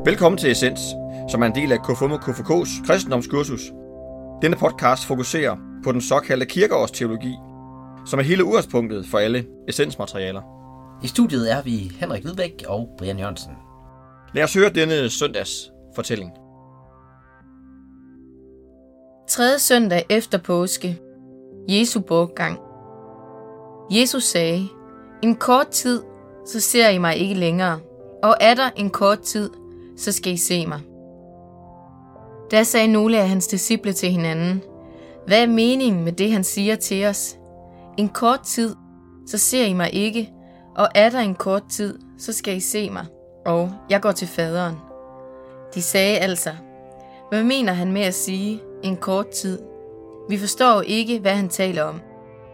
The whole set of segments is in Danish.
Velkommen til Essens, som er en del af KFUM og KFK's kristendomskursus. Denne podcast fokuserer på den såkaldte kirkeårsteologi, som er hele udgangspunktet for alle essensmaterialer. I studiet er vi Henrik Hvidbæk og Brian Jørgensen. Lad os høre denne søndags fortælling. 3. søndag efter påske. Jesu bortgang. Jesus sagde, en kort tid, så ser I mig ikke længere, og er der en kort tid, så skal I se mig. Da sagde nogle af hans disciple til hinanden, hvad er meningen med det, han siger til os? En kort tid, så ser I mig ikke, og er der en kort tid, så skal I se mig, og jeg går til faderen. De sagde altså, hvad mener han med at sige, en kort tid? Vi forstår ikke, hvad han taler om.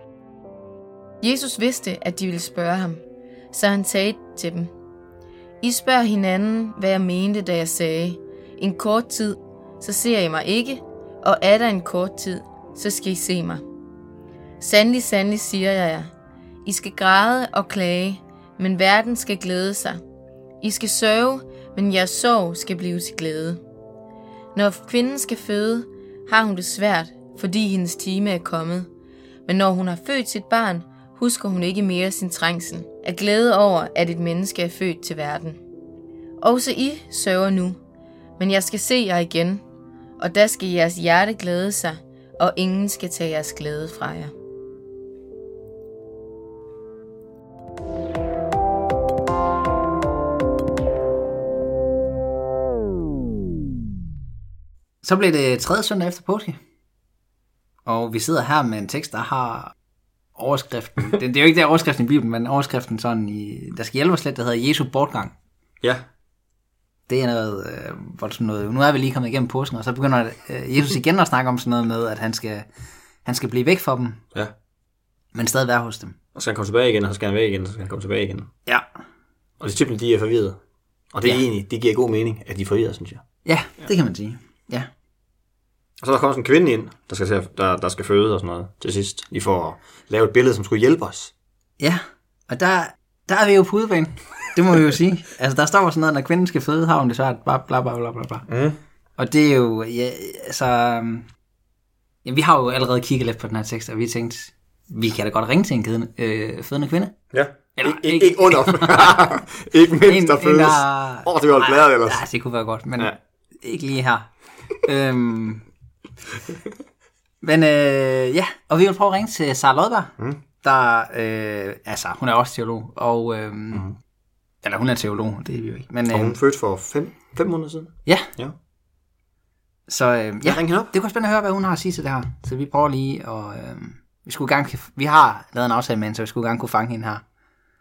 Jesus vidste, at de ville spørge ham, så han sagde til dem, I spørger hinanden, hvad jeg mente, da jeg sagde, en kort tid, så ser I mig ikke, og er der en kort tid, så skal I se mig. Sandelig, sandelig siger jeg jer, I skal græde og klage, men verden skal glæde sig. I skal sørge, men jeres sorg skal blive til glæde. Når kvinden skal føde, har hun det svært, fordi hendes time er kommet. Men når hun har født sit barn, husker hun ikke mere sin trængsel af glæde over, at et menneske er født til verden. Også I sørger nu, men jeg skal se jer igen, og der skal jeres hjerte glæde sig, og ingen skal tage jeres glæde fra jer. Så blev det 3. søndag efter påske, og vi sidder her med en tekst, der har overskriften. Det er jo ikke der overskriften i Bibelen, men overskriften sådan der skal hjælpe os lidt, der hedder Jesu bortgang. Ja. Det er noget voldsomt noget. Nu er vi lige kommet igennem påsken, og så begynder Jesus igen at snakke om sådan noget med, at han skal blive væk fra dem, ja, men stadig være hos dem. Og så skal han komme tilbage igen, og så skal han væk igen, og så skal han komme tilbage igen. Ja. Og disciplene, de er forvirret. Og det er egentlig, det giver god mening, at de er forvirret, synes jeg. Ja, det kan man sige. Ja. Og så er der kommet sådan en kvinde ind, der skal føde og sådan noget til sidst. De får lavet et billede, som skulle hjælpe os. Ja, og der er vi jo på udebane. Det må vi jo sige. Altså, der står sådan noget, når kvinden skal føde, har hun det svært. Bla, bla, bla, bla, bla. Mm. Og det er jo, ja, altså... Ja, vi har jo allerede kigget lidt på den her tekst, og vi har tænkt, vi kan da godt ringe til en fødende kvinde. Ja, eller, ikke under. Ikke mindst, der fødes. Det var glad ellers. Ja, det kunne være godt, men ikke lige her. Men ja, og vi vil prøve at ringe til Sara Lodberg, der, altså hun er også teolog, og, eller hun er teolog, det er vi jo ikke. Men, og hun fødte for 5 måneder siden. Ja. Så ja, ring hende op. Det kunne spændende at høre, hvad hun har at sige til det her. Så vi prøver lige, og vi har lavet en aftale med hende, så vi skulle gerne kunne fange hende her.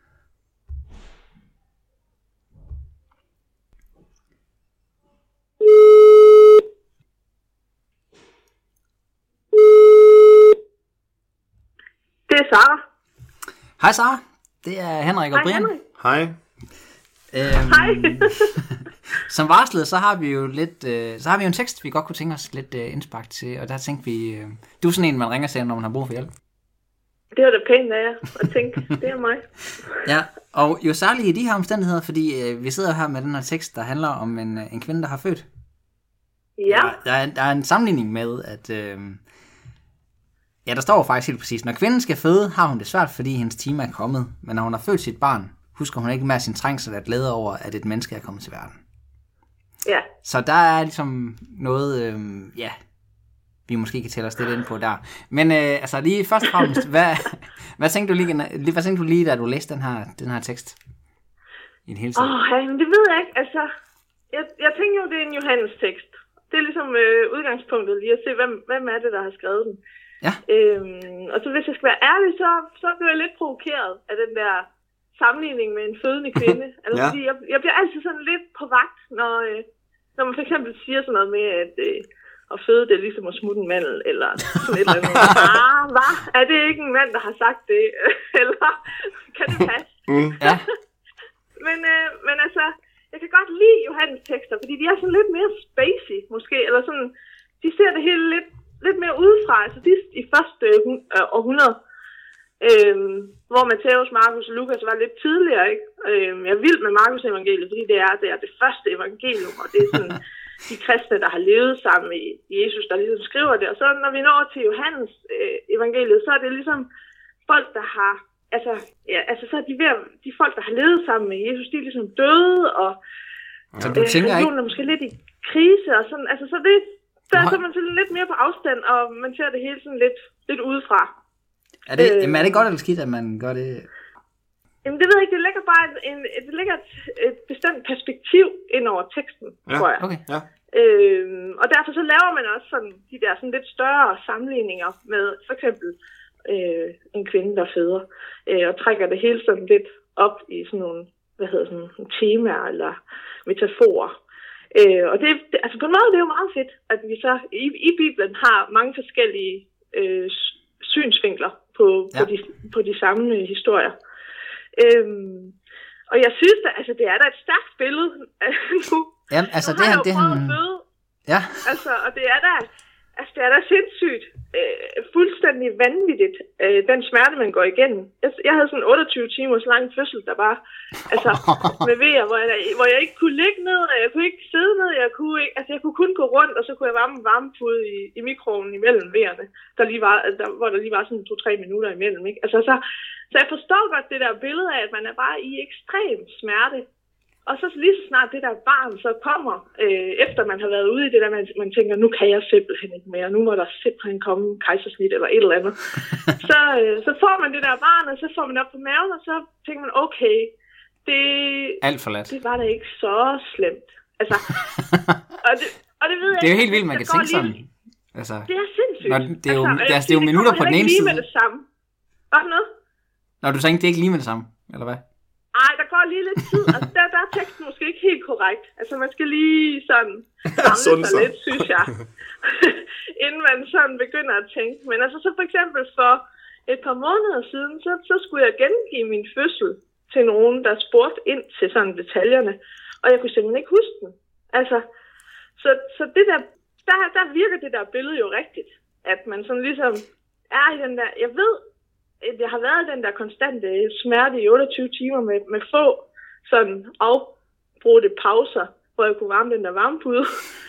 Det er Sara. Hej Sara, det er Henrik og Brian. Hej. Hej. Som varslet, så har vi jo en tekst, vi godt kunne tænke os lidt indspark til, og der tænkte vi, du er sådan en, man ringer til, når man har brug for hjælp. Det var da pænt af jer at tænke, det er mig. Ja, og jo særligt i de her omstændigheder, fordi vi sidder her med den her tekst, der handler om en kvinde, der har født. Ja. Der er en sammenligning med, at der står faktisk helt præcis, når kvinden skal føde, har hun det svært, fordi hendes time er kommet, men når hun har født sit barn, husker hun ikke mere sin trængsel at glæde over, at et menneske er kommet til verden. Ja. Så der er ligesom noget, vi måske kan tælle os lidt ind på der. Men altså lige først og fremmest, hvad tænkte du lige, da du læste den her tekst? I det hele taget? Men det ved jeg ikke. Altså, jeg tænker jo, det er en Johannes tekst. Det er ligesom udgangspunktet lige at se, hvem er det, der har skrevet den. Ja. Og så hvis jeg skal være ærlig, så blev jeg lidt provokeret af den der sammenligning med en fødende kvinde. Altså, fordi jeg bliver altid sådan lidt på vagt, når man for eksempel siger sådan noget med, at at føde det er ligesom at smutte en mandel, eller sådan et eller andet. Hvad? Er det ikke en mand, der har sagt det? Eller kan det passe? Ja. men altså, jeg kan godt lide Johannes tekster, fordi de er sådan lidt mere spacey, måske, eller sådan, de ser det hele lidt mere udefra, altså de i første århundrede. Hvor Matthæus, Markus og Lukas var lidt tidligere, ikke? Jeg er vild med Markus evangeliet, fordi det er det første evangelium, og det er sådan de kristne, der har levet sammen med Jesus, der ligesom skriver det. Og så når vi når til Johannes evangeliet, så er det ligesom folk, der har, så er de folk, der har levet sammen med Jesus, de er ligesom døde, og så du tænker ikke... er måske lidt i krise, og sådan, altså så det, der er man sådan lidt mere på afstand, og man ser det hele sådan lidt udefra. Er det godt eller skidt, at man gør det? Jamen det ved jeg ikke, det lægger bare et bestemt perspektiv ind over teksten, tror jeg. Okay. Ja. Og derfor så laver man også sådan de der sådan lidt større sammenligninger med for eksempel en kvinde, der føder, og trækker det hele sådan lidt op i sådan nogle, sådan temaer eller metaforer. Og det, altså på en måde det er jo meget fedt, at vi så i Bibelen har mange forskellige synsvinkler på de samme historier. Og jeg synes da, altså det er da et stærkt billede nu. Jamen, altså nu har jeg jo prøvet at føde. Ja. Altså, og det er da sindssygt, fuldstændig vanvittigt, den smerte, man går igennem. Jeg havde sådan 28 timers lang fødsel, der bare, altså, med vejer, hvor jeg ikke kunne ligge ned, og jeg kunne ikke sidde ned, jeg kunne kun gå rundt, og så kunne jeg varme en varmepude i mikroen imellem vejerne, hvor der lige var sådan 2-3 minutter imellem, ikke? Altså, så jeg forstår godt det der billede af, at man er bare i ekstrem smerte. Og så lige så snart det der barn så kommer, efter man har været ude i det der, man tænker, nu kan jeg simpelthen ikke mere, nu må der simpelthen komme kejsersnit eller et eller andet. Så får man det der barn, og så får man op på maven, og så tænker man, okay, det var da ikke så slemt. Altså, og det ved jeg. Det er jo helt vildt, man kan tænke sådan. Altså, det er sindssygt. Det er jo minutter på den ene side. Med det samme. Hvad for noget? Når du tænker, det er ikke lige med det samme, eller hvad? Nej, der går lige lidt tid, og der er teksten måske ikke helt korrekt. Altså, man skal lige sådan samle sig lidt, synes jeg, inden man sådan begynder at tænke. Men altså, så for eksempel for et par måneder siden, så skulle jeg gengive min fødsel til nogen, der spurgte ind til sådan detaljerne, og jeg kunne simpelthen ikke huske den. Altså, så det der virker det der billede jo rigtigt, at man sådan ligesom er i den der, jeg ved, jeg har været i den der konstante smerte i 28 timer med få sådan afbrudte pauser, hvor jeg kunne varme den der varmepude.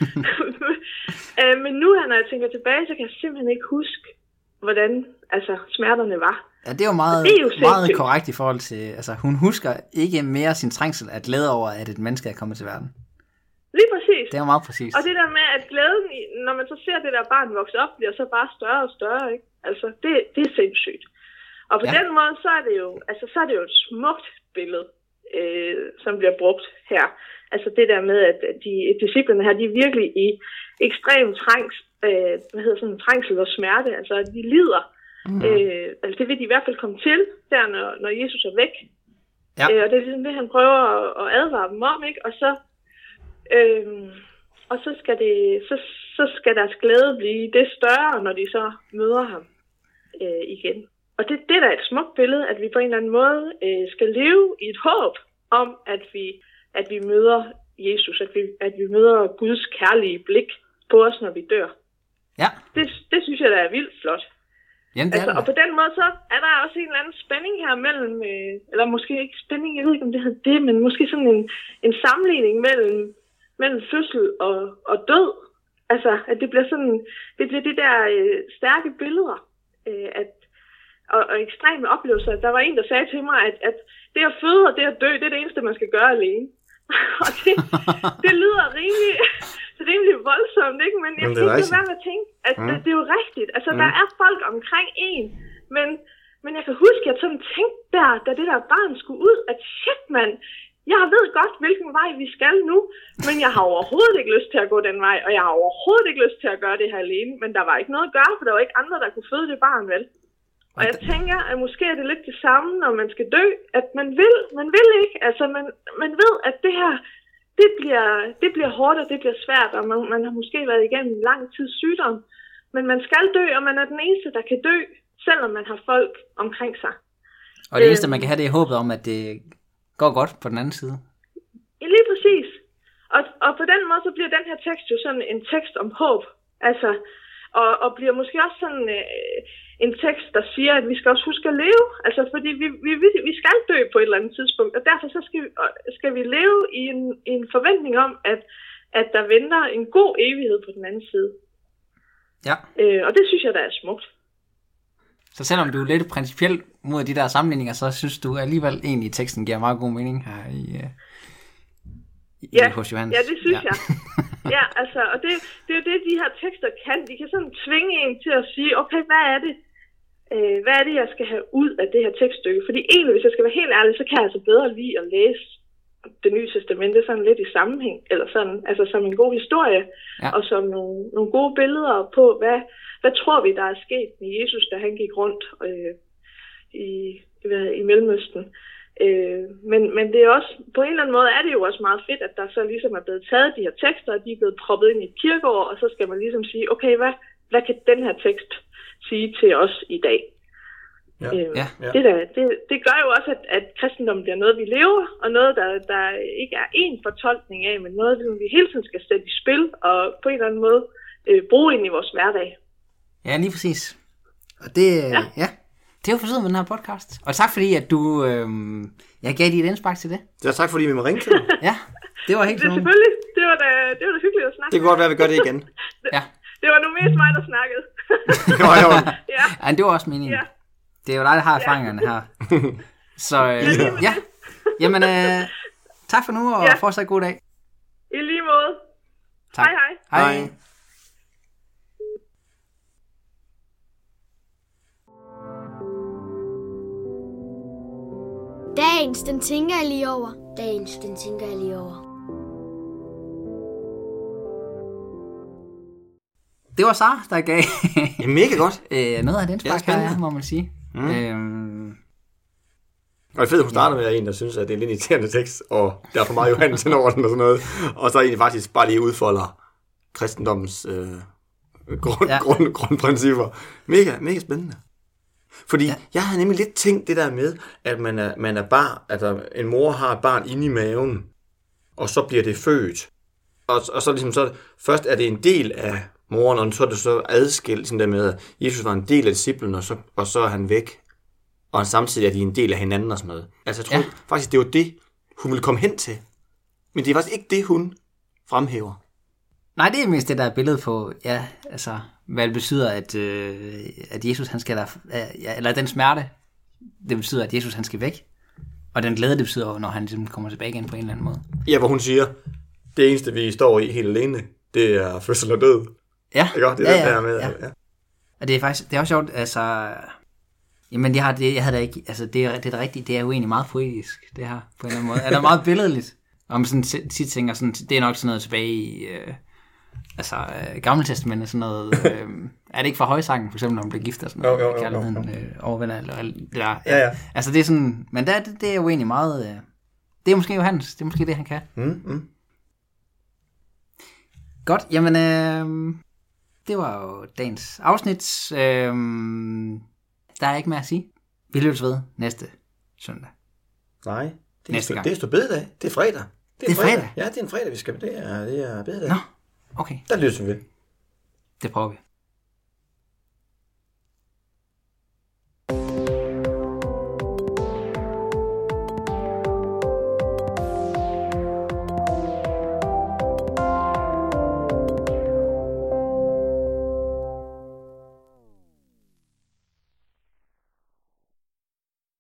Men nu, når jeg tænker tilbage, så kan jeg simpelthen ikke huske, hvordan smerterne var. Ja, det er jo meget korrekt i forhold til, altså hun husker ikke mere sin trængsel at glæde over, at et menneske er kommet til verden. Lige præcis. Det er jo meget præcis. Og det der med, at glæden, når man så ser det der barn vokse op, bliver så bare større og større, ikke? Altså, det er sindssygt. Og på den måde, så er det jo et smukt billede, som bliver brugt her. Altså det der med, at de disciplene her, de er virkelig i ekstrem trængsel og smerte. Altså de lider. Altså det vil de i hvert fald komme til, der når Jesus er væk. Ja. Og det er ligesom det, han prøver at advare dem om, ikke? Og så skal deres glæde blive det større, når de så møder ham igen. Og det er da et smukt billede, at vi på en eller anden måde skal leve i et håb om, at vi møder Jesus, at vi møder Guds kærlige blik på os, når vi dør. Ja. Det synes jeg da er vildt flot. Jamen, og på den måde så er der også en eller anden spænding her mellem, eller måske ikke spænding, jeg ved ikke om det hedder det, men måske sådan en sammenligning mellem fødsel og død. Altså, at det bliver de der stærke billeder, og ekstreme oplevelser. Der var en, der sagde til mig, at det at føde og det at dø, det er det eneste, man skal gøre alene. Og det lyder rimelig voldsomt, ikke? Men jeg kan ikke være med at tænke, at det er jo rigtigt. Altså, der er folk omkring en, men jeg kan huske, at jeg sådan tænkte da det der barn skulle ud, at shit, mand, jeg ved godt, hvilken vej vi skal nu, men jeg har overhovedet ikke lyst til at gå den vej, og jeg har overhovedet ikke lyst til at gøre det her alene, men der var ikke noget at gøre, for der var ikke andre, der kunne føde det barn, vel? Og jeg tænker, at måske er det lidt det samme, når man skal dø, at man vil ikke, altså man ved, at det her, det bliver hårdt, og det bliver svært, og man har måske været igennem en lang tids sygdom, men man skal dø, og man er den eneste, der kan dø, selvom man har folk omkring sig. Og det eneste, man kan have, det er håbet om, at det går godt på den anden side. Ja, lige præcis. Og på den måde, så bliver den her tekst jo sådan en tekst om håb, altså, og bliver måske også sådan en tekst, der siger, at vi skal også huske at leve. Altså, fordi vi skal dø på et eller andet tidspunkt, og derfor så skal vi leve i en forventning om, at der venter en god evighed på den anden side. Ja. Og det synes jeg, der er smukt. Så selvom du er lidt principielt mod de der sammenligninger, så synes du alligevel egentlig, at teksten giver meget god mening her hos Johannes. Ja, det synes jeg. Ja, altså, og det er jo det, de her tekster kan. De kan sådan tvinge en til at sige, okay, hvad er det, jeg skal have ud af det her tekststykke? Fordi egentlig, hvis jeg skal være helt ærlig, så kan jeg altså bedre lide at læse Det Nye Testamente sådan lidt i sammenhæng, eller sådan, altså som en god historie, og som nogle gode billeder på, hvad tror vi, der er sket med Jesus, da han gik rundt i Mellemøsten. Men det er også, på en eller anden måde er det jo også meget fedt, at der så ligesom er blevet taget de her tekster, og de er blevet proppet ind i et kirkeår, og så skal man ligesom sige, okay, hvad kan den her tekst sige til os i dag? Det gør jo også, at kristendommen bliver noget, vi lever, og noget, der ikke er én fortolkning af, men noget, som vi hele tiden skal sætte i spil, og på en eller anden måde bruge ind i vores hverdag. Ja, lige præcis. Og det, det var for tiden med den her podcast. Og tak fordi, at du jeg gav dit indspark til det. Ja, tak fordi vi må ringe til dig. Ja, det var helt sådan. Selvfølgelig. Det var da hyggeligt at snakke. Det kan godt være, at vi gør det igen. Ja. Det var nu mest mig, der snakkede. Ja, det var også meningen. Ja. Det er jo dig, der har erfaringerne her. Så ja. Jamen, tak for nu, og fortsat god dag. I lige måde. Tak. Hej. Dagens, den tænker jeg lige over. Dagens, den tænker jeg lige over. Det var Sara, der gav ja, mega godt. Noget af den spark her, må man sige. Og det fede, hun starter med, at en, der synes, at det er en lidt irriterende tekst, og der er for meget Johannes ind over den og sådan noget. Og så egentlig faktisk bare lige udfolder kristendommens grundprincipper. Mega spændende. Fordi jeg havde nemlig lidt tænkt det der med, at man er barn, altså en mor har et barn inde i maven, og så bliver det født. Og så ligesom så, først er det en del af moren, og så er det så adskilt, sådan der med, at Jesus var en del af disciplen, og så er han væk. Og samtidig er de en del af hinanden og sådan noget. Altså jeg tror faktisk, det var det, hun ville komme hen til. Men det er faktisk ikke det, hun fremhæver. Nej, det er mest det der billede på, altså, hvad det betyder, at Jesus, han skal der, eller den smerte, det betyder, at Jesus, han skal væk. Og den glæde, det betyder, når han ligesom kommer tilbage igen på en eller anden måde. Ja, hvor hun siger, det eneste, vi står i helt alene, det er fødsel og død. Ja. Ikke? Det er der med. Ja. Og det er faktisk, det er også sjovt, altså, jamen jeg havde da ikke, altså det er da rigtigt, det er jo egentlig meget poetisk, det her, på en eller anden måde. Er der meget billedligt? Og man sådan tit tænker sådan, det er nok sådan noget tilbage i, Gamle Testamentet, sådan noget, er det ikke fra Højsangen, for eksempel, når man bliver gift og sådan noget, jo. Kærligheden overvinder, eller altså det er sådan, men det er jo egentlig meget, det er måske Johannes, det er måske det, han kan. Godt, jamen, det var jo dagens afsnit, der er ikke mere at sige. Vi løbes ved næste søndag. Nej, næste gang. Det er stor bededag, det er fredag. Det er fredag? Ja, det er en fredag, vi skal, det er bededag. Nå, okay. Der løser vi. Det prøver vi.